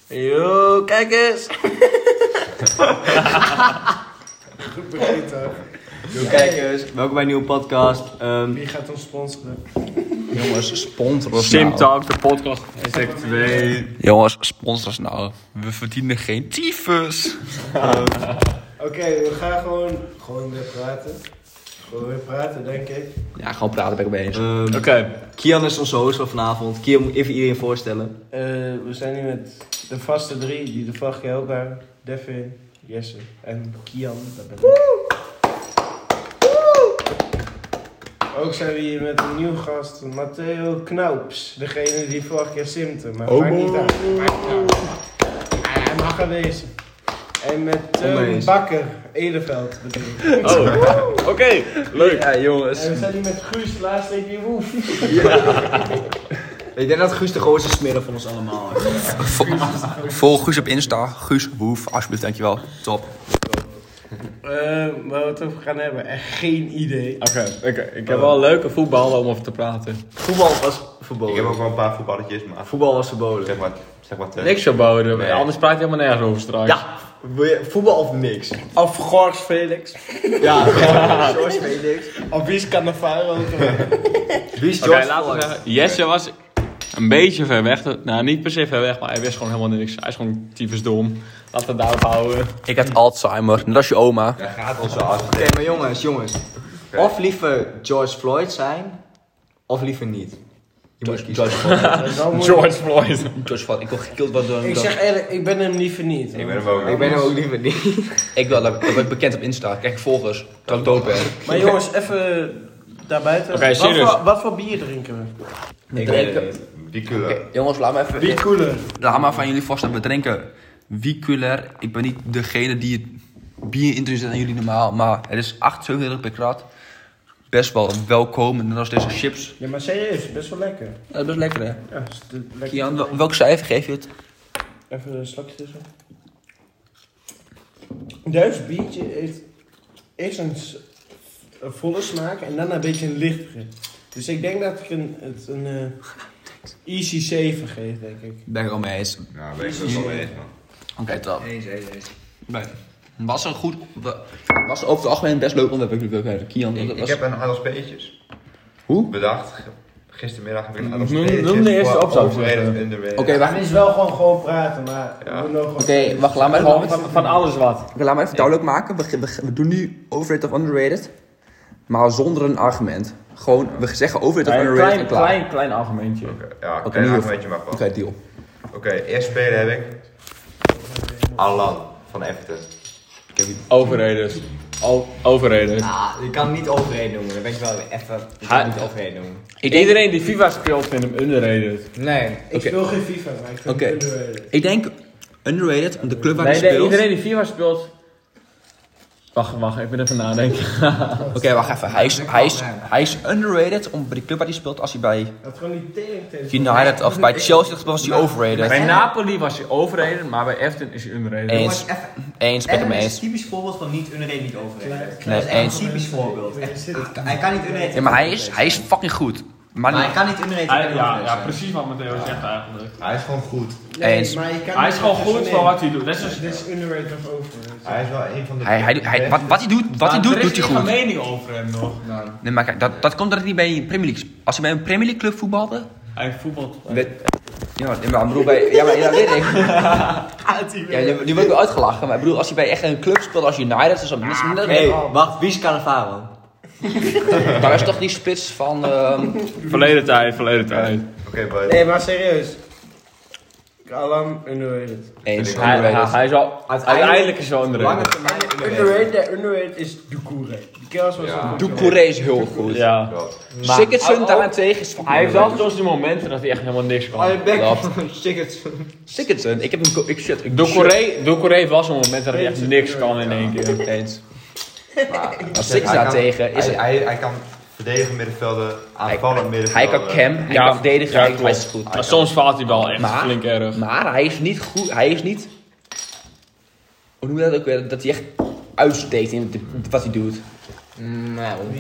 Yo, kijk eens. Goed begin toch? Yo, kijkers. Welkom bij een nieuwe podcast. Wie gaat ons sponsoren? Jongens, sponsor ons Sim nou. Talk, de podcast. Sec 2. Jongens, sponsor ons nou. We verdienen geen tyfus. Oké, we gaan gewoon weer praten. Gewoon weer praten, denk ik. Ja, gewoon praten ben ik bezig. Oké. Kian is onze host van vanavond. Kian moet even iedereen voorstellen. We zijn hier met de vaste 3 die de vorige keer ook waren. Devin, Jesse en Kian. Dat ben ik. Ook zijn we hier met een nieuw gast, Matteo Knaups. Degene die vorige keer simpte, maar maakt niet uit. Hij mag er wezen. En met Teun Bakker, Edeveld bedoel ik. Oh, oké. Leuk. Ja, jongens. En we zijn hier met Guus, laatste woef. Ik denk dat Guus de grootste smerer van ons allemaal is. Volg Guus op Insta. Guus Woef, alsjeblieft, dankjewel. Top. Waar we het over gaan hebben, echt geen idee. Oké. Ik heb wel een leuke voetbal om over te praten. Voetbal was verboden. Ik heb ook wel een paar voetballetjes, maar Voetbal was verboden. zeg maar twee. Niks verboden, Nee. anders praat je helemaal nergens over straks. Ja, wil je voetbal of niks? Of Gors Felix. Ja, George Felix. Of wie is Cannavaro? Wie is Oké, George laten we Floyd? zeggen, Jesse was een beetje ver weg. Nou, niet per se ver weg, maar hij wist gewoon helemaal niks. Hij is gewoon tyfus dom. Laten we het daarop houden. Ik heb Alzheimer, net als je oma. Dat gaat al zo als Oké, maar jongens. Of liever George Floyd zijn, of liever niet. Je moet kiezen. George Floyd. George Floyd, ik wil gekild worden door een Ik zeg eerlijk, ik ben hem liever niet. Ik ben hem ook. Ik ben hem ook liever niet. Ik wil, dat ben ik bekend op Insta. Kijk volgers, dat ik dood ben. Maar jongens, even daarbuiten. Oké, serieus. Wat voor bier drinken we? We drinken... Die cooler. Jongens, laat me even... Wie cooler? Laat maar van jullie voorstellen, we drinken Wieculer. Ik ben niet degene die het bier introduceert aan jullie normaal, maar het is 8,37 per krat. Best wel welkom, net als deze chips. Ja, maar serieus, best wel lekker. Dat is best lekker, hè? Ja, is het lekker. Kian, welk cijfer geef je het? Even een slokje tussen. Duits biertje heeft eerst een volle smaak en daarna een beetje een lichtere. Dus ik denk dat ik het een easy 7 geef, denk ik. Ben ik al mee eens. Nou, ben ik het wel mee eens, man. Oké, top. Eens. Was over het algemeen best leuk onderwerp, ik wil Kian. Ik heb een aantal speetjes Hoe? bedacht. Gistermiddag heb ik een aantal Noem speetjes. de eerste op, zou ik Overrated, zeggen. underrated. Oké, Het wacht. is wel gewoon praten, maar Ja. we moeten nog Oké, wacht, laat maar Gewoon even, van alles wat. laat maar even duidelijk maken. We doen nu overrated of underrated, maar zonder een argument. Gewoon, we zeggen overrated of Een underrated en klaar. klein argumentje. Ja, Oké, klein nu argumentje mag wel. Oké, deal. Oké, eerst spelen heb ik Alan van Everton. Overrated. Overrated. Ah, je kan hem niet overheen noemen. Dan ben ik wel even. Je kan hem niet overheen noemen. Iedereen die FIFA speelt vindt hem underrated. Nee. Ik speel geen FIFA, maar ik vind Oké. het underrated. Ik denk underrated, de club waar hij Nee, speelt. iedereen die FIFA speelt... Wacht, ik ben even nadenken. Oké, wacht even. Hij is underrated bij de club waar hij speelt. Als hij bij Dat gewoon die tering. United of bij Chelsea was hij overrated. Bij Napoli was hij overrated, maar bij Everton is hij underrated. Eens. Eens, ben ik het mee is eens. een typisch voorbeeld van niet underrated, niet overrated. Nee, Dat is echt eens. een typisch voorbeeld. Hij kan niet underrated. Ja, maar hij is fucking goed. Maar Maar hij kan niet underrated. hij kan overrated zijn. precies wat Matteo zegt eigenlijk. Hij is gewoon goed. Eens. maar je kan Hij is niet gewoon zeggen, goed nee, voor wat hij doet. Dat is dus... Dit is underrated of overrated. Hij is wel een van de... wat hij doet, doet hij Er is goed. geen mening over hem nog. Nee, maar kijk, dat komt dat hij niet bij een Premier League... Als hij bij een Premier League club voetbalde... Hij voetbalt. Ja, nee, maar ik bedoel bij... Ja, maar dat weet ik. Ja, nu word ik wel uitgelachen. Maar ik bedoel, als hij bij echt een club speelt als United... Dus Hey, wacht, wie is Cannavaro? daar is toch die spits van... Verleden tijd. Oké, boy. Nee, maar serieus. Alan, underrated. Eens. Hij is wel... Uiteindelijk is hij wel Lange underrated. termijn. Underrated is Doucouré. Die kerels was Ja. ook Doucouré is heel goed. Ja. Ja. Sigurdsson daarentegen is fucking Hij heeft wel underrated. soms die momenten dat hij echt helemaal niks kan. Sigurdsson, ik heb hem... Doucouré heeft wel zo'n moment dat hij echt niks kan in één keer. Eens. Maar Sigurdsson daartegen is... Hij kan verdedigen middenvelden, aanvallen middenvelden. Hij kan cam, hij kan verdedigen, ja, hij klopt. is goed. Maar soms valt hij wel echt Maar- flink erg. Maar hij is niet goed, hij is niet... Hoe noem je dat ook weer? Dat hij echt uitsteekt in wat hij doet.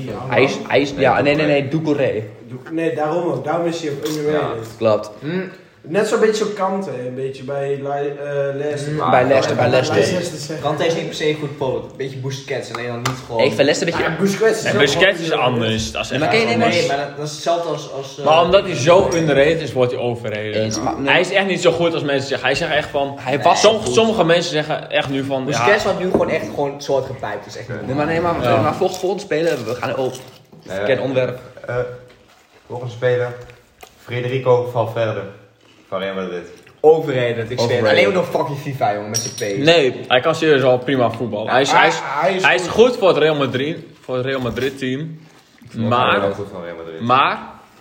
Hij is ja, nee, Doucouré. Nee, daarom ook. Daarom is hij ook underrated. Klopt. Net zo'n beetje zo'n Kante, een beetje bij Leicester. Bij Leicester. Kante is niet per se goed poot. Een beetje Busquets, alleen dan niet gewoon... Ik vind Leicester een beetje... Busquets En Busquets is anders. Dat is echt maar anders. maar dat is hetzelfde als Maar omdat hij zo underrated is, wordt hij overrated. Eens, maar- Hij is echt niet zo goed als mensen zeggen. Hij zegt echt van... Hij was zo goed. Sommige mensen zeggen echt nu van... Busquets wordt nu gewoon echt gewoon soort gepijpt. Dus echt Maar volgend spelen, we gaan op. Ken onderwerp. Volgende speler. Federico Valverde. Van Real Madrid. overrated. Ik zweer. Overrated. Alleen ook nog fucking FIFA, jongen, met zijn pace. Nee, hij kan serieus al prima voetballen. Hij is goed voor het Real Madrid team. Maar Heel goed van Real Madrid. Maar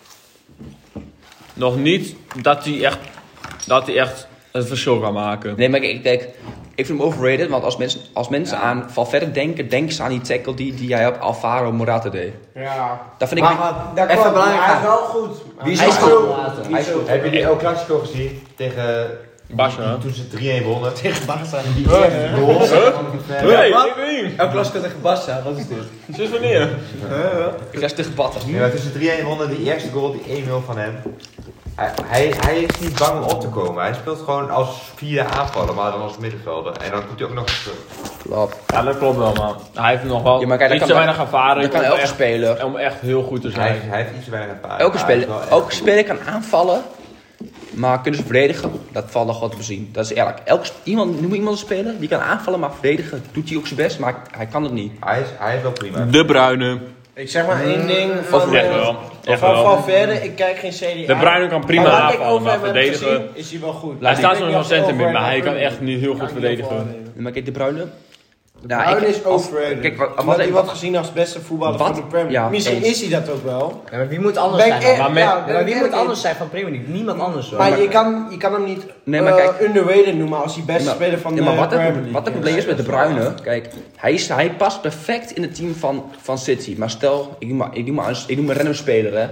nog niet dat hij echt het verschil kan maken. Nee, maar kijk, ik vind hem overrated, want als mensen aan Valverde denken ze aan die tackle die jij op Alvaro Morata deed. Ja. Dat vind ik... Dat even klopt, belangrijk. hij is wel goed. Wie is Hij goed? heel Hij is goed. Heb je die El Clasico gezien? Tegen Barca. toen ze 3-1 wonnen? Tegen Barca. Die goals. Hey, Wat? ik weet niet. El Clasico tegen Barca, wat is dit? Sinds wanneer? Ik was tegen Batten. Nee, maar tussen 3-1 wonnen, die eerste goal, die 1-0 van hem. Hij is niet bang om op te komen. Hij speelt gewoon als vierde aanvaller, maar dan als middenvelder. En dan komt hij ook nog eens terug. Klopt. Ja, dat klopt wel, man. Hij heeft nog wel Ja, maar kijk, iets dat te kan- weinig ervaring Dat kan om elke echt- speler. om echt heel goed te zijn. Hij heeft iets te weinig ervaring. Elke maar hij is speler, wel echt elke goed. speler kan aanvallen, maar kunnen ze verdedigen? Dat valt nog wat te bezien. Dat is eerlijk. Noem iemand een speler die kan aanvallen, maar verdedigen doet hij ook zijn best, maar hij kan het niet. Hij is wel prima. De Bruyne. Ik zeg maar één ding van Echt wel. Echt van wel. Valverde, ik kijk geen CDA. De Bruyne kan prima Maar wat ik aanvallen, over maar hem heb verdedigen... gezien, is hij wel goed. Hij staat Ik zo'n weet niet of center hij in, maar hij over kan hem echt niet heel goed kan ik niet verdedigen. overoordelen. Maar kijk, de Bruyne. Bruyne is overrated. Kijk, Omdat hij wordt gezien als beste voetballer Wat? van de Premier Ja, League. Misschien eens. is hij dat ook wel. Ja, maar wie moet anders Ben ik zijn? echt- Dan? Maar ja, Ja, ben maar ik wie echt moet anders in. zijn van Premier League? Niemand anders hoor. Maar je kan hem niet Nee, maar kijk- underrated noemen als hij beste speler van de Ja, maar Premier League. wat het probleem is met de Bruyne, kijk, hij past perfect in het team van City. Maar stel, ik noem een random speler, hè.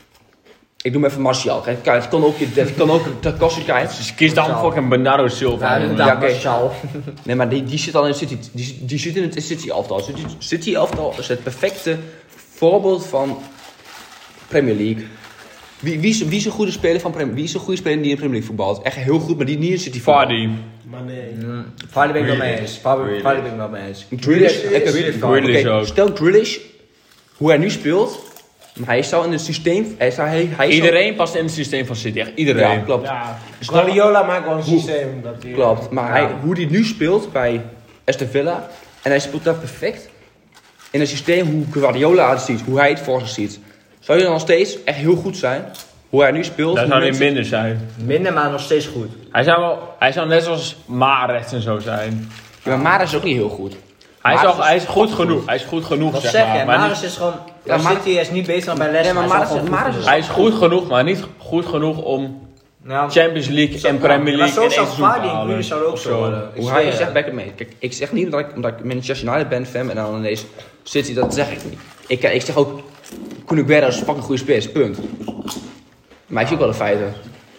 Ik noem even Martial. Kijk, het kan ook de Kossikai. Dus kies dan fucking Bernardo Silva. Ja, jongen. inderdaad, oké. Martial. Nee, maar die zit al in het City. Die zit in het City elftal. City elftal is het perfecte voorbeeld van Premier League. Wie is een goede speler van Premier? Wie is een goede speler die in de Premier League voetbalt? Echt heel goed, maar die niet in City voetbalt. Vardy. Maar nee. Vardy ben ik wel mee eens. Vardy ben ik wel mee eens. Grealish. Grealish Oké, ook. stel Grealish, hoe hij nu speelt, maar hij zou in het systeem. Iedereen past in het systeem van City. Echt iedereen. Ja, klopt. Ja, Guardiola maakt wel een systeem. Dat hij, Klopt. Maar hoe hij nu speelt bij Aston Villa, en hij speelt dat perfect in het systeem hoe Guardiola het ziet, hoe hij het voor zich ziet. Zou je dan nog steeds echt heel goed zijn? Hoe hij nu speelt? Dat hoe zou niet mensen- minder zijn. Minder, maar nog steeds goed. Hij zou net zoals Mahrez en zo zijn. Ja, maar Mahrez is ook niet heel goed. Hij is goed genoeg. Hij is goed genoeg, Wat zeg zeg maar. je? Maar Maris niet- is gewoon... Ja, Ja, maar- City is niet beter dan bij Leicester. Nee, maar hij is wel Mahrez- gewoon goed Mahrez is- Hij is goed genoeg, maar niet goed genoeg om Nou, Champions League en Premier maar League zo in één zou seizoen te Vardy en halen. Grealish zouden ook Of zo worden. Hoe hij zegt, ben ik het mee. Kijk, ik zeg niet omdat ik Manchester United ben fan en dan ineens City, dat zeg ik niet. Ik zeg ook, Kun Aguero is een fucking goede spits, punt. Maar ik zie ook wel de feiten.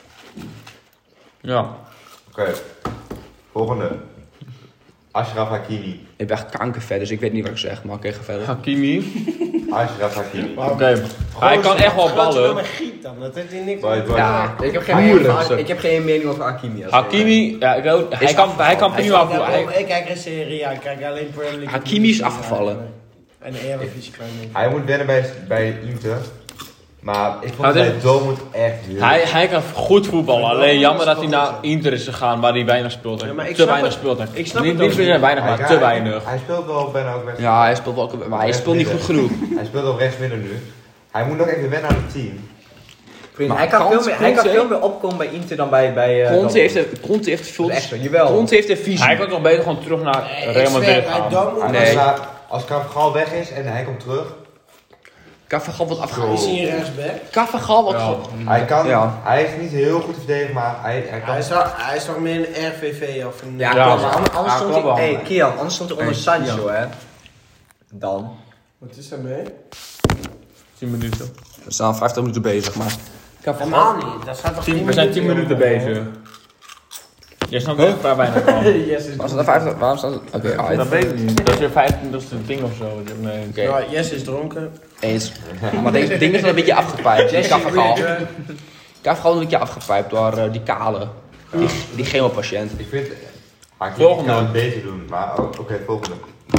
Ja. Oké. Volgende. Ashraf Hakimi. Ik ben echt kankervet, dus ik weet niet wat ik zeg, maar oké, ga verder. Hakimi. Ashraf Hakimi. Oké. Hij kan echt wel ballen. Met Giet dan, dat heeft hij niks Boy, boy. Ja, Ik heb geen Moeilijk, mening zo. over- ik heb geen mening over Hakimi. als Hakimi, ja, ik ook. Hij kan prima voetballen. Ik kijk geen Serie A, ik kijk alleen Premier League. Hakimi is afgevallen. En de Eredivisie klein beetje. Hij moet wennen bij Inter. Maar ik vond Nou, bij dit- Dortmund echt heel Hij kan goed voetballen. Alleen jammer dat hij naar Inter is gegaan waar hij weinig speelt. Ja, maar ik Te snap weinig het. speelt. Ik snap Niet het ook meer niet. weinig, maar te weinig. Hij speelt wel bijna ook best. Ja, hij speelt wel, maar hij speelt niet goed genoeg. Hij speelt op rechtsmidden nu. Hij moet nog even wennen aan het team. Vriend, Maar hij kan Conte- veel meer opkomen bij Inter dan bij Conte heeft veel... Dat is echt zo, jawel. Conte heeft een visie. Hij kan toch beter gewoon terug naar Real Madrid gaan. Nee. Als Carvajal weg is en hij komt terug. Carvajal wordt Is afgehaald. hij een rechtsback? Carvajal wordt Ja. Hij is niet heel goed te verdedigen, maar hij kan... Hij is toch meer een RVV of een... Ja, Ja, klopt, maar- maar anders ja, stond klopt wel. hij... Hey, Kian, anders stond hij onder Hey, Sancho, hè. Dan. Wat is daar mee? 10 minuten. We staan 50 minuten bezig, maar... Helemaal niet, dat staat toch We zijn 10 minuten bezig. Jij snapt echt waar bijna kwam. Yes is Was het 50? Waarom staat het? Oké, Dat weet ik niet. Dat is weer 25 ding of zo. Nee. Oké, Ja, Yes is dronken. eens. Maar het ding is wel een beetje afgepijpt. Carvajal heeft gewoon een beetje afgepijpt door die kale. Die chemopatiënt. Ik vind... Volgende. Ik kan het beter doen, maar oké, volgende.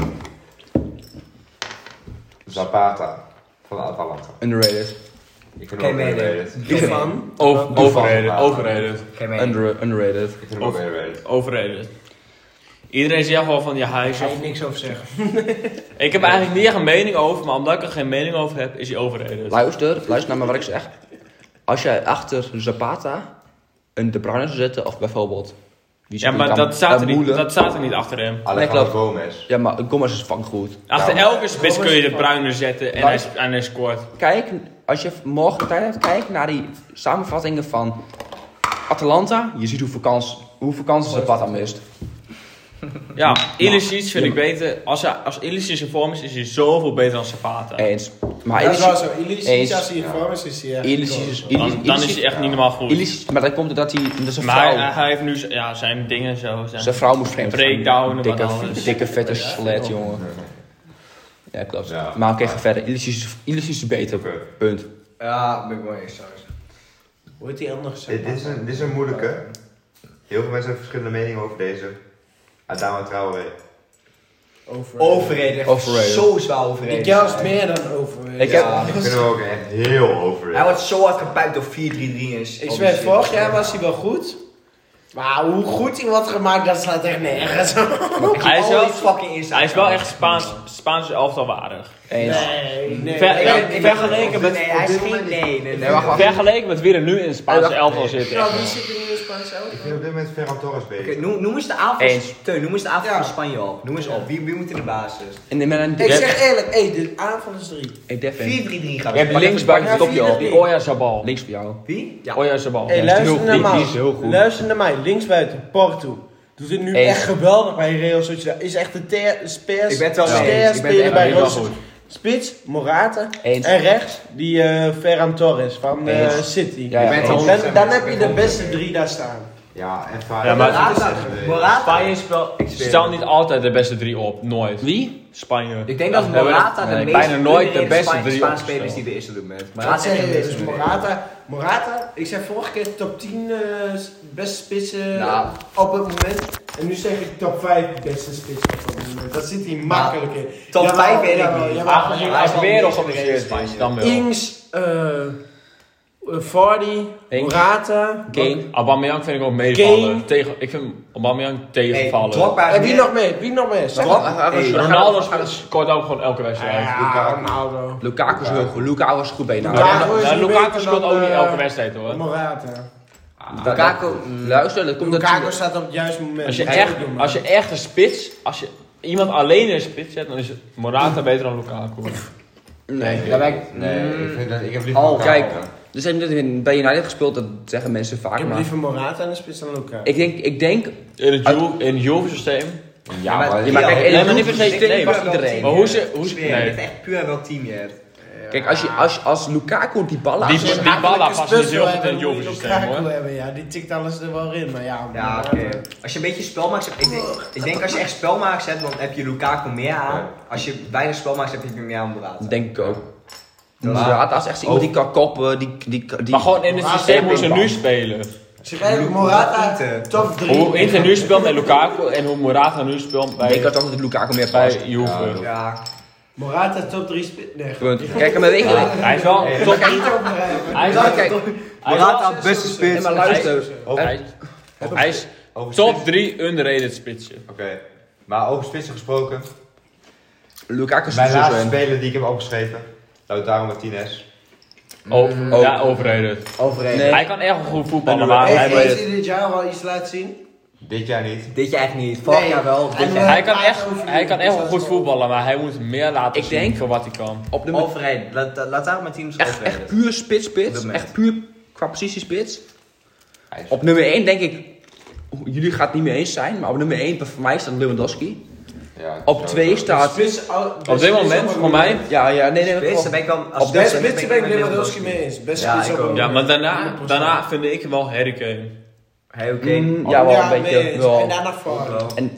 Zapata van Atalanta. Underrated. Ik vind hem ook overrated. Hiervan. Overrated. Geen mee. Underrated. Ik vind hem ook overrated. Overrated. Iedereen zegt wel van, ja, hij is... Ga je niks over zeggen. Ik heb eigenlijk niet echt een mening over, maar omdat ik er geen mening over heb, is hij overrated. Luister naar me wat ik zeg. Als jij achter Zapata een De Bruyne zou zetten, of bijvoorbeeld... Ja, maar dat staat er niet achter hem. Alejandro Gomez. Ja, maar Gomez is van goed. Achter elke spits kun je de Bruyne zetten en hij scoort. Kijk, als je morgen tijd hebt, kijk naar die samenvattingen van Atalanta. Je ziet hoeveel kansen Zapata mist. Ja, Ilicic vind ik beter. Als Ilicic in vorm is hij zoveel beter dan Zapata. Eens. Maar Dat is wel Ilicic- zo. Ilicic, eens. als hij in vorm is hij echt Ilicic goed. Dan is hij echt niet normaal goed. Ilicic, maar dan komt het dat zijn Maar vrouw... hij heeft nu zijn dingen zo. Zijn vrouw moet vreemd gaan. breakdown en alles. Dikke vette slet, jongen. Ja, klopt. Ja. Maar oké, ga verder. Ilicic is beter. Oké. Punt. Ja, ben ik wel eens trouwens. Hoe heet die anders? Dit is een moeilijke. Heel veel mensen hebben verschillende meningen over deze. Adama Traoré. Overrated. Overrated. Zo zwaar overrated. Ik juist meer dan over. Ik heb- Ja. Ik vind hem ook echt heel overrated. Hij wordt zo hard gepijpt door 4-3-3 is. Ik zweer, vorig jaar was hij wel goed. Maar hoe goed hij wordt gemaakt, dat slaat echt nergens op. Hij is wel- fucking inside. Hij is wel echt Spaanse elftal waardig. Eens. Nee. Vergeleken met... Nee, hij is geen... Nee. Nee, wacht. Vergeleken met wie er nu in het Spaanse elftal zit. Nou, wie zit er nu in de Spaanse elftal? Ik vind op dit moment Ferran Torres Oké, beter. noem eens de avond. Eens. Teun, noem eens de avond Ja. van Spanje op. Noem eens op. Wie moet in de basis? En met een Ik zeg eerlijk, de aanval is 3. 4-3-3 gaat Je hebt het. linksbuiten, Ja, stop je op. 4-3. Oya Zabal. links voor jou. Wie? Ja. Oya Zabal. Hey, die luister is naar heel- mij. die is heel goed. Luister naar mij. Linksbuiten, Porto. Doet het nu Eens. echt geweldig bij Real Sociedad. Is echt de spers. Ik ben het wel mee eens. Ik ben het echt bij mee eens. Real. Spits, Morata. Eens. En rechts, die Ferran Torres van Eens. City. Ja, ja, ben het eens. wel- Dan heb je de beste 3 daar staan. Ja, en Ja, maar- Morata. Spanje stelt niet altijd de beste 3 op. Nooit. Wie? Spanje. Ik denk dat We hebben Morata de nee, meest bijna nooit de underrated beste 3 Spaanse spelers die er is op dit moment. Wat Morata zeg is je? de Dus beste. Morata, ik zei vorige keer top 10 beste spitsen Nou. op het moment. En nu zeg ik top 5 beste spitsen op het moment. Dat zit hier makkelijk in. Top Jawel, 5 weet ik jawel, niet. jawel. Aangezien hij is wel Aguero meest geblesseerd Spanje. is, dan wel. Ings, Vardy, Ings. Morata. Kane. Aubameyang vind ik ook meevallen. Kane. Ik vind Aubameyang Hey, tegenvallen. Drogba is En wie meer- nog meer? Wie nog meer? Zeg Drogba- maar. Hey, Ronaldo scoort ook gewoon elke wedstrijd. Ja, Ronaldo. Lukaku is heel goed. Lukaku is goed bij je Lukaku is niet Lukaku beter scoort dan, ook niet elke eh, wedstrijd hoor. Morata. Lukaku. Luister, dat komt Lukaku natuurlijk... staat op het juiste moment. Als je echt een spits, als je iemand alleen in een spits zet, dan is Morata beter dan Lukaku. Nee, daar ben ik... Nee, ik heb liever Oh, elkaar. kijk. Er zijn net bij United gespeeld, dat zeggen mensen Ik vaak, heb maar... liever Morata en de spits dan Lukaku. Ik denk... In het Juve-systeem. Ja, maar maar kijk, nee, in maar het niet per se- systeem nee, was maar wel iedereen. team. Maar hoe ze... Nee. Nee. Het is echt puur welk team je hebt. Kijk, als Lukaku die ballen... Die aanzet- ballen passen niet heel goed in het Juve Juve-systeem hoor. hebben, ja, die tikt alles er wel in, maar ja. Ja, Morata- oké. Als je een beetje spelmaaks hebt, ik denk als je echt spelmaaks hebt, dan heb je Lukaku meer aan. Als je weinig spelmaaks hebt, heb je meer aan Morata. Denk ik ook. Morata is echt iemand die kan koppen, die... Maar gewoon in het Morata systeem hoe is ze een nu bal. spelen. Zeg eigenlijk Morata, Inter. top 3. Hoe Inter nu speelt met Lukaku en hoe Morata nu speelt Ik denk bij dat het Lukaku meer past. Juve. Ja. Morata top 3 spits. Nee, Punt. Kijk, maar weet je... Hij is wel top. niet overdrijven. Hij is Ja, wel kijk. Morata beste Nee, spits. maar luister. Hij is Over top spitsen. 3 underrated spitsje. Oké. Maar over spitsen gesproken. Lukaku is Mijn er zo laatste in. speler die ik heb opgeschreven. Lautaro Martinez. Ja, overrated. Nee. Hij kan echt wel goed voetballen, maar Heeft hij, hij dit jaar wel iets laten zien? Dit jaar niet. Dit jaar echt niet. Vorig jaar wel. Dit En, jaar. hij kan echt wel goed voetballen, maar hij moet meer laten Ik zien denk- voor wat hij kan. Op nummer... Overrated. Laat daar mijn teams Echt overrated. puur spits. Op dit moment. Echt puur qua positie spits. Hij is- Op nummer 1 denk ik... Jullie gaan het niet mee eens zijn, maar op nummer 1 voor mij staat Lewandowski. Ja, Op 2 staat... Op dit moment, voor mij, Ja, nee. Spits, daar ben ik wel... als Op spits dit Best ben ik met Lewandowski mee eens. Best Ja, spits ik op ook. een- ja, maar daarna vind ik wel Harry Kane. Hey, oké. Ja, wel een mee beetje. eens. Wel. En daarna Vardy. En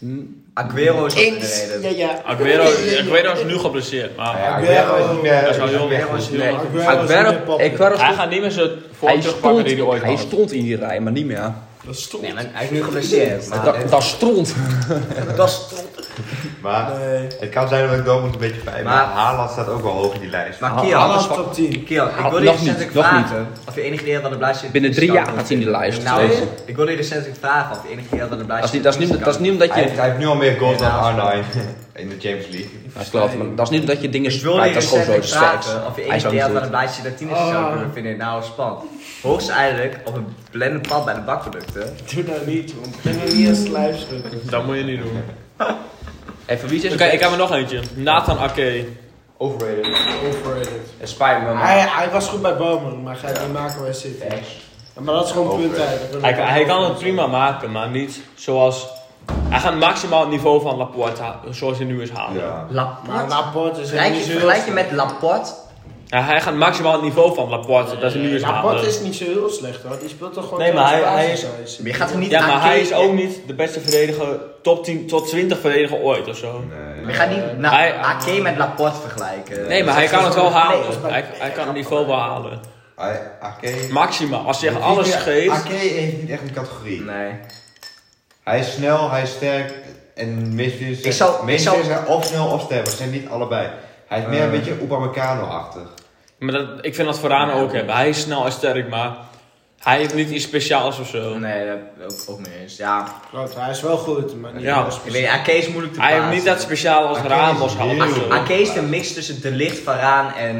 Aguero is ook in de reden. Ja. Aguero is nu geblesseerd. Maar Aguero is niet meer... Dat is wel heel Aguero is Nee, Aguero hij gaat niet meer zijn vorm terugpakken die hij ooit hij had. stond in die rij, maar niet meer. Dat is stom. Nee, maar hij is nu geblesseerd. Maar Dat stront. dat is stom. Maar Nee. het kan zijn dat ik Dortmund een beetje bij. Maar Maar- Haaland staat ook wel hoog in die lijst. Maar Haaland top 10. Kian, ik wil Nog je niet, recentelijk nog vragen of je enige idee had wat de blijft zit. Binnen 3 jaar gaat hij in de lijst. Nou, Steeds. ik wil je recentelijk vragen of je enige idee had wat de blijft Dat is niet omdat Hij je... heeft nu al meer goals dan Ja, Arnhem in de Champions League. Dat is klopt, maar dat is niet omdat je dingen Ik wil je spijt, dat is gewoon zo recentelijk sterk. vragen of je Hij enige is ook idee had niet wat de goed. blijft zit dat tieners zou kunnen vinden. Nou, spannend. Hoogstwaarschijnlijk op een blendend pad bij de bakproducten. Doe dat niet, want ik ben nog niet eens lijf schudden. Dat moet je niet doen. Even wie is Oké, ik heb er nog eentje. Nathan Ake. Overrated. Overrated. Het spijt me, maar... Hij was goed bij Bomen, maar ga je niet maken bij City. Ja, maar dat is gewoon punt uit. Hij kan het prima maken, maar niet zoals... Hij gaat maximaal het niveau van Laporte zoals hij nu is halen. Ja. Maar Laporte is Vergelijk je met Laporte? Ja, hij gaat maximaal het niveau van Laporte dat hij nu is halen. Laporte is niet zo heel slecht hoor. Die speelt toch gewoon Nee, maar tijdens hij basishuis. Maar je gaat er niet Ja, maar Ake- hij is ook niet de beste verdediger, top 10 tot 20 verdediger ooit of zo. Nee. Je gaat niet Hij- Ake met Laporte vergelijken. Nee, maar hij kan het wel halen. Nee, Hij kan het niveau wel halen. Ake... Maximaal. Als je alles geeft. Ake heeft niet echt een categorie. Nee. Hij is snel, hij is sterk en meestal Ik zou- zijn of snel of sterk, maar ze zijn niet allebei. Hij is meer een beetje Upamecano-achtig. Maar ik vind dat Varane ook hebben. Hij is snel en sterk, maar hij heeft niet iets speciaals of zo. Nee, dat ook mee eens. Ja. Klopt, hij is wel goed, maar niet Ja. heel Ik speciaal. weet, Ake is moeilijk te Hij heeft plaatsen. niet dat speciale als Ake Ramos is had. heel of zo. goed. Ake is de mix tussen De Ligt, Varaan en...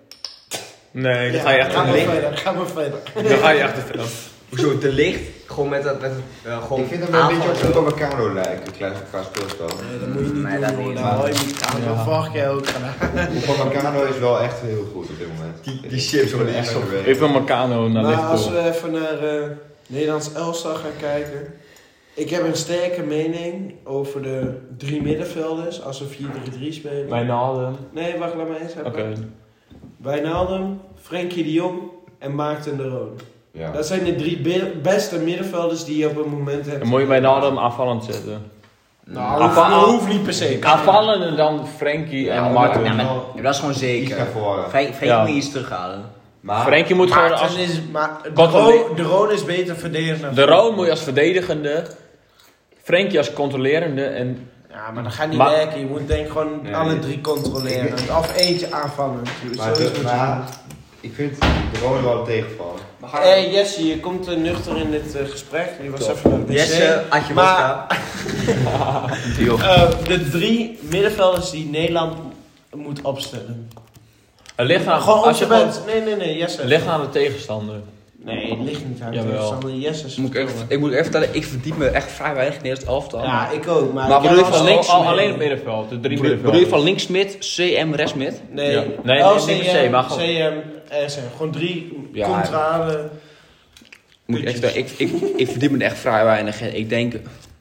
Nee, dat ga je echt Ga te maar ver. verder, ga maar verder. Dan ga je echt te ver. Hoezo, De Ligt? Gewoon met het gewoon Ik vind hem een beetje aanval op zo. Upamecano lijken, qua speelspel. Nee, dat moet je niet Nee, doen, dat hoor. niet. Dat hoor je niet. Dat heb ik al vorige keer ook gedaan. Upamecano is wel echt heel goed op dit moment. Die chips worden echt zo... Ik wil Meccano naar Maar als Liverpool. we even naar Nederlands elftal gaan kijken. Ik heb een sterke mening over de 3 middenvelders als we 4-3-3 spelen. Wijnaldum. Nee, wacht, laat me eens hebben. Oké. Wijnaldum, Frenkie de Jong en Maarten de Roon. Ja. Dat zijn de 3 beste middenvelders die je op het moment hebt. Dan moet je Wijnaldum aanvallend zetten. Nou, Aanval- dat hoeft niet per se. Aanvallende dan Frenkie en Martin. Ja, maar dat is gewoon Iets zeker. naar voren. Frenkie Ja. moet je iets terughalen. Maar Frenkie moet gewoon als... Maarten is, maar Controle- de Roon is beter verdedigend. De Roon moet je als verdedigende. Frenkie als controlerende en... Ja, maar dat gaat niet Maar- werken. Je moet denk ik gewoon Nee. alle 3 controleren. Of eentje aanvallen. Maar, ik vind de Rode wel een tegenvallen. Jesse, je komt nuchter in dit gesprek. Je was even naar de wc. Jesse, Adje Maar- Wodka. De 3 middenvelders die Nederland moet opstellen. Het ligt aan, Gewoon als je onze gewoon, bent. Nee, Jesse. het ligt aan de tegenstander. Nee, het ligt niet aan de Jawel. tegenstander. Jesse is Ik moet even vertellen, ik verdiep me echt vrij weinig in het Nederlands elftal. Ja, ik ook. Maar Maar ik bedoel je heb van als links? Alleen op middenveld, de 3 middenvelders. Bedoel je van links mid, CM, rechts mid? Nee, Ja. Nee, LCM, niet per se, maar gewoon- CM, SM. Gewoon 3 Ja. contrale. Moet ik echt zeggen, ik verdiep me echt vrij weinig. En ik denk...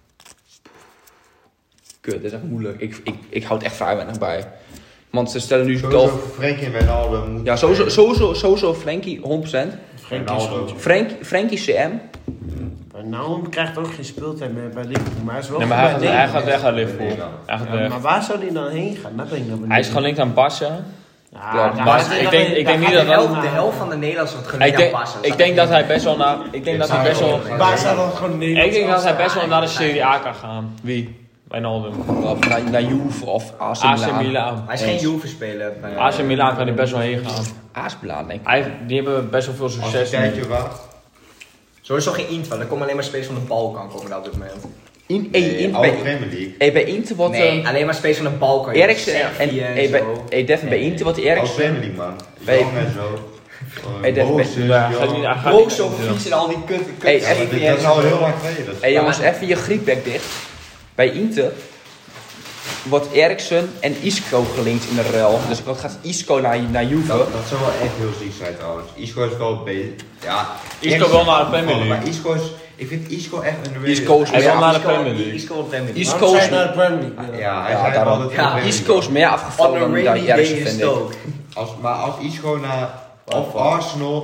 Kut, dat is echt moeilijk. Ik houd echt vrij weinig bij. Want ze stellen nu Sowieso toch... Frenkie en Wijnaldum moet... Ja, sowieso Frenkie, 100%. Frenkie is goed. Frenkie CM. Nou, krijgt ook geen speeltijd meer bij Liverpool. Maar hij is wel Nee, goed maar bij hij Nederland. gaat weg uit Liverpool. Nederland. Hij gaat Ja, weg. maar waar zou hij dan heen gaan? Dat ben ik dan benieuwd. Hij is gelinkt aan Barca. Ja, maar daar ik gaat hij denk- dan- ik daar denk gaat niet hij dat wel De naar. helft van de Nederlanders wordt gelijk aan passen. Ik denk dat hij best wel naar... Ik denk dat hij best wel... Waar zou dan gewoon Nederland? Ik denk dat hij best wel naar de Serie A kan gaan. Wie? Wijnaldum. Of naar Juve of AC AC Milan. Milan. Hij is geen Juve-speler. AC Milan kan hij best wel heen gaan. AC Milan, denk ik. Die hebben best wel veel Als je succes een nu. tijdje wacht. Sowieso geen Inter, er komen alleen maar spelers van de Balkan komen daar op dit moment. Alle Premier League. Bij Inter wordt... Nee, alleen maar spelers van de Balkan. Eriksen en... Servië en zo. Devin, bij Inter wordt Alle Eriksen... Premier League, man. Bij- Jong en zo. Devin, Ja, gaat niet- hij gaat Broek niet- zo vies en al die kut. Hey, Ja, maar dat is al heel lang geleden. Hé jongens, even je griepbek dicht. Bij Inter wordt Eriksen en Isco gelinkt in de ruil. Dus wat gaat Isco naar Juve? Dat zou wel echt heel ziek zijn trouwens. Isco is wel beter. Ja, Isco wil naar de Premier League. Maar Isco is... Ik vind Isco echt een... Isco is Hij wil meer, naar de Premier League. Isco op Premier League. Isco Waarom is, zou je naar de Premier League? Ja, hij Ja, zei daarom. altijd... Ja, Isco is meer On afgevallen a dan rainy day Eriksen, in vind ik. Stoke. Maar als Isco naar... Of Arsenal...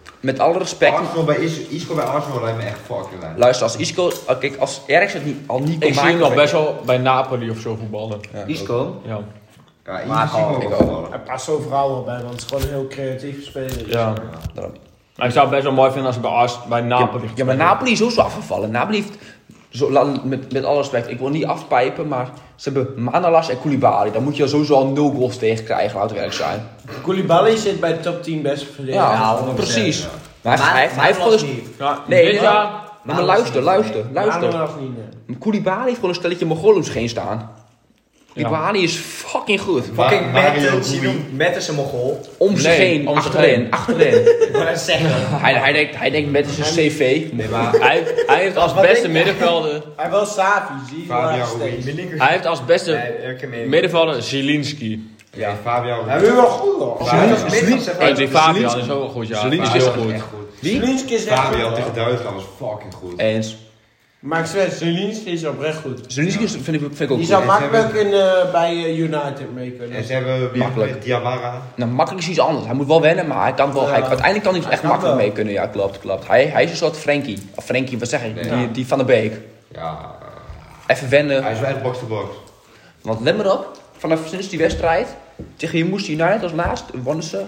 met alle respect. Arsenal bij Isco bij Arsenal lijkt me echt fucking lijn. Luister, als Isco... Kijk, als Eriksen het al niet kon Ik zie maken... hem nog best wel bij Napoli of zo voetballen. Ja, Isco? Ja. Ja, Maar Isco ik ook ook. wel vallen. Hij past overal wel bij, want het is gewoon een heel creatief speler. Ja. daarom. Maar ik zou het best wel mooi vinden als hij bij Napoli Ja, maar Napoli is ook zo afgevallen. Napoli heeft... Met alle respect, ik wil niet afpijpen, maar ze hebben Manolas en Koulibaly. Dan moet je sowieso al 0 goals tegen krijgen, laten we eerlijk zijn. Koulibaly zit bij de top 10 beste verdedigers. Ja, 100%, precies. ja. Maar hij heeft gewoon Manolas een... niet. Ja, Nee, dit maar- jaar... Maar luister. Manolas niet, nee. Koulibaly heeft gewoon een stelletje Mongolen geen staan. Koulibaly is fucking goed. Fucking Mario Mertens, je Rui. noemt Mertens een Mongool. Om zich Nee, heen, om zich achterin. Ik wil net zeggen. Hij denkt met zijn cv. Nee, maar... Hij heeft als Wat beste denk je? middenvelder... Hij wil Savi, zie je Fabio wel steeds. Hij heeft als beste Nee, middenvelder Zielinski. Ja, Fabio. Hij wil wel goed hoor. En die Fabian is ook wel goed, ja. Zielinski Hij is heel goed. Echt goed. Zielinski is echt Fabio goed. tegen Duitsland was fucking goed. Eens. Maar ik zweer, Zielinski is oprecht goed. Zielinski vind ik ook Die goed. zou ze makkelijk bij United mee En kunnen. ze hebben weer Makkelijk. met Diawara. Nou, makkelijk is iets anders. Hij moet wel wennen, maar hij kan wel. Ja. Uiteindelijk kan hij Hij echt kan makkelijk wel. mee kunnen. Ja, klopt. Hij is een soort Frenkie. Of Frenkie, wat zeg ik? Nee. Die van de Beek. Ja, Even wennen. hij is wel echt box-to-box. Want let maar op, vanaf sinds die wedstrijd tegen Moest United als laatst wonnen ze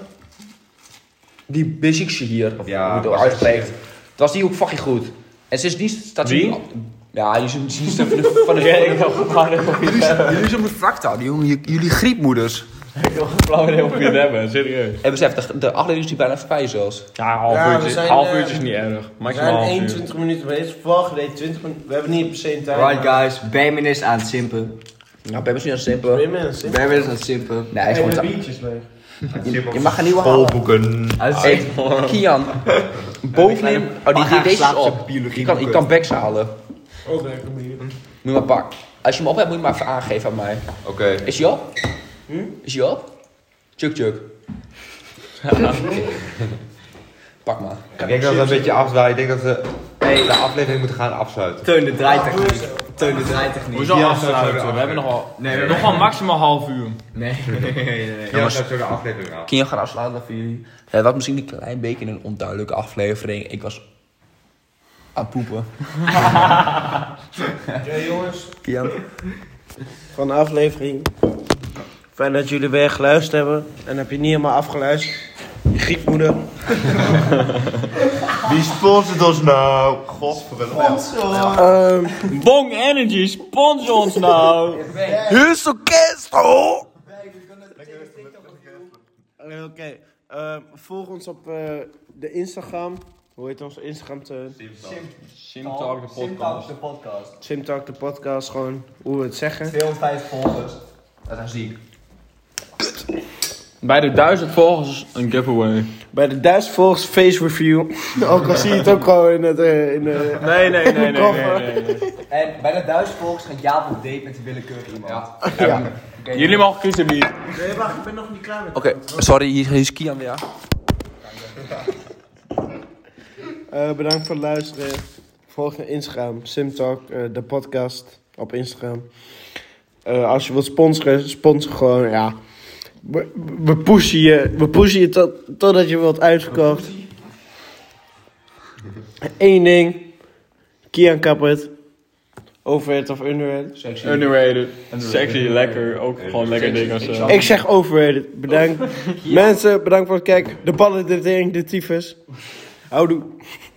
die Bezikje hier, of Ja, hoe je het was uitspreekt. echt Toen was die ook fucking goed. En sindsdien staat Wie? hij... Ja, die is van de... Van de jullie zijn op de vlakte houden, jongen. Jullie griepmoeders. Ik wil een flauw idee of je het hebben, serieus. En besef, de aflevering is nu bijna voorbij zelfs. Ja, half Ja, we uurtje, zijn, half uurtje is niet erg. We Maximaal zijn half uur. 21 minuten bezig. Vorige deed 20 minuten. We hebben niet per se een tijd. Right guys, Benjamin is aan het simpen. Nou, ben je niet aan het simpelen. Twee mensen. Benjamin is aan het simpen. Nee, hij is Hey, gewoon... de biertjes leeg. Je mag een nieuwe halen. Volboeken. Hij is Hey, Kian. Bovenin... Oh, deze is slaapse op. biologie Je kan backs halen. Ook lekker bier. Moet je maar pakken. Als je hem op hebt, moet je hem maar even aangeven aan mij. Oké. Is hij op? Is hij op? Chuk. Pak maar. Ik denk dat we een beetje afzwaaien. Ik denk dat we de aflevering moeten gaan afsluiten. Teun de draaitechniek. Teun de draaitechniek. Hoezo Ja, afsluiten? zo- We hebben nog wel... Nee, nog wel maximaal half uur. Nee. Ja, zo de aflevering af. Kun je gaan afsluiten voor jullie? Het was misschien een klein beetje een onduidelijke aflevering. Ik was aan het poepen. Ja, jongens. Kian. Van de aflevering. Fijn dat jullie weer geluisterd hebben. En heb je niet helemaal afgeluisterd. Je griepmoeder. Wie sponsort ons nou? Godverdomme. Bong Energy, sponsor ons nou! Hussel Kesto! Oké. Volg ons op de Instagram. Hoe heet onze Instagram? Simtalk de podcast. de podcast. Simtalk de podcast. Gewoon hoe we het zeggen. 250 volgers. Dat is ziek. Bij de 1000 volgers een giveaway. Bij de 1000 volgers face review. Ook al zie je het ook gewoon in het... Nee. En bij de 1000 volgers gaat Jaap op date met een willekeurig iemand. Ja. Jullie mogen kiezen wie. Nee, wacht. Ik ben nog niet klaar met Oké, sorry, hier is Kian weer. Bedankt voor het luisteren. Volg de Instagram. Simtalk, de podcast op Instagram. Als je wilt sponsoren, sponsor gewoon, ja. We pushen je totdat je wordt uitverkocht. Eén ding. Kian Kappert. Overrated of underrated? Underrated. Sexy, lekker. Ook gewoon lekker dingen zo. Ik zeg overrated. Bedankt. Mensen, bedankt voor het kijken. De ballen, de tering, de tyfus. Houdoe.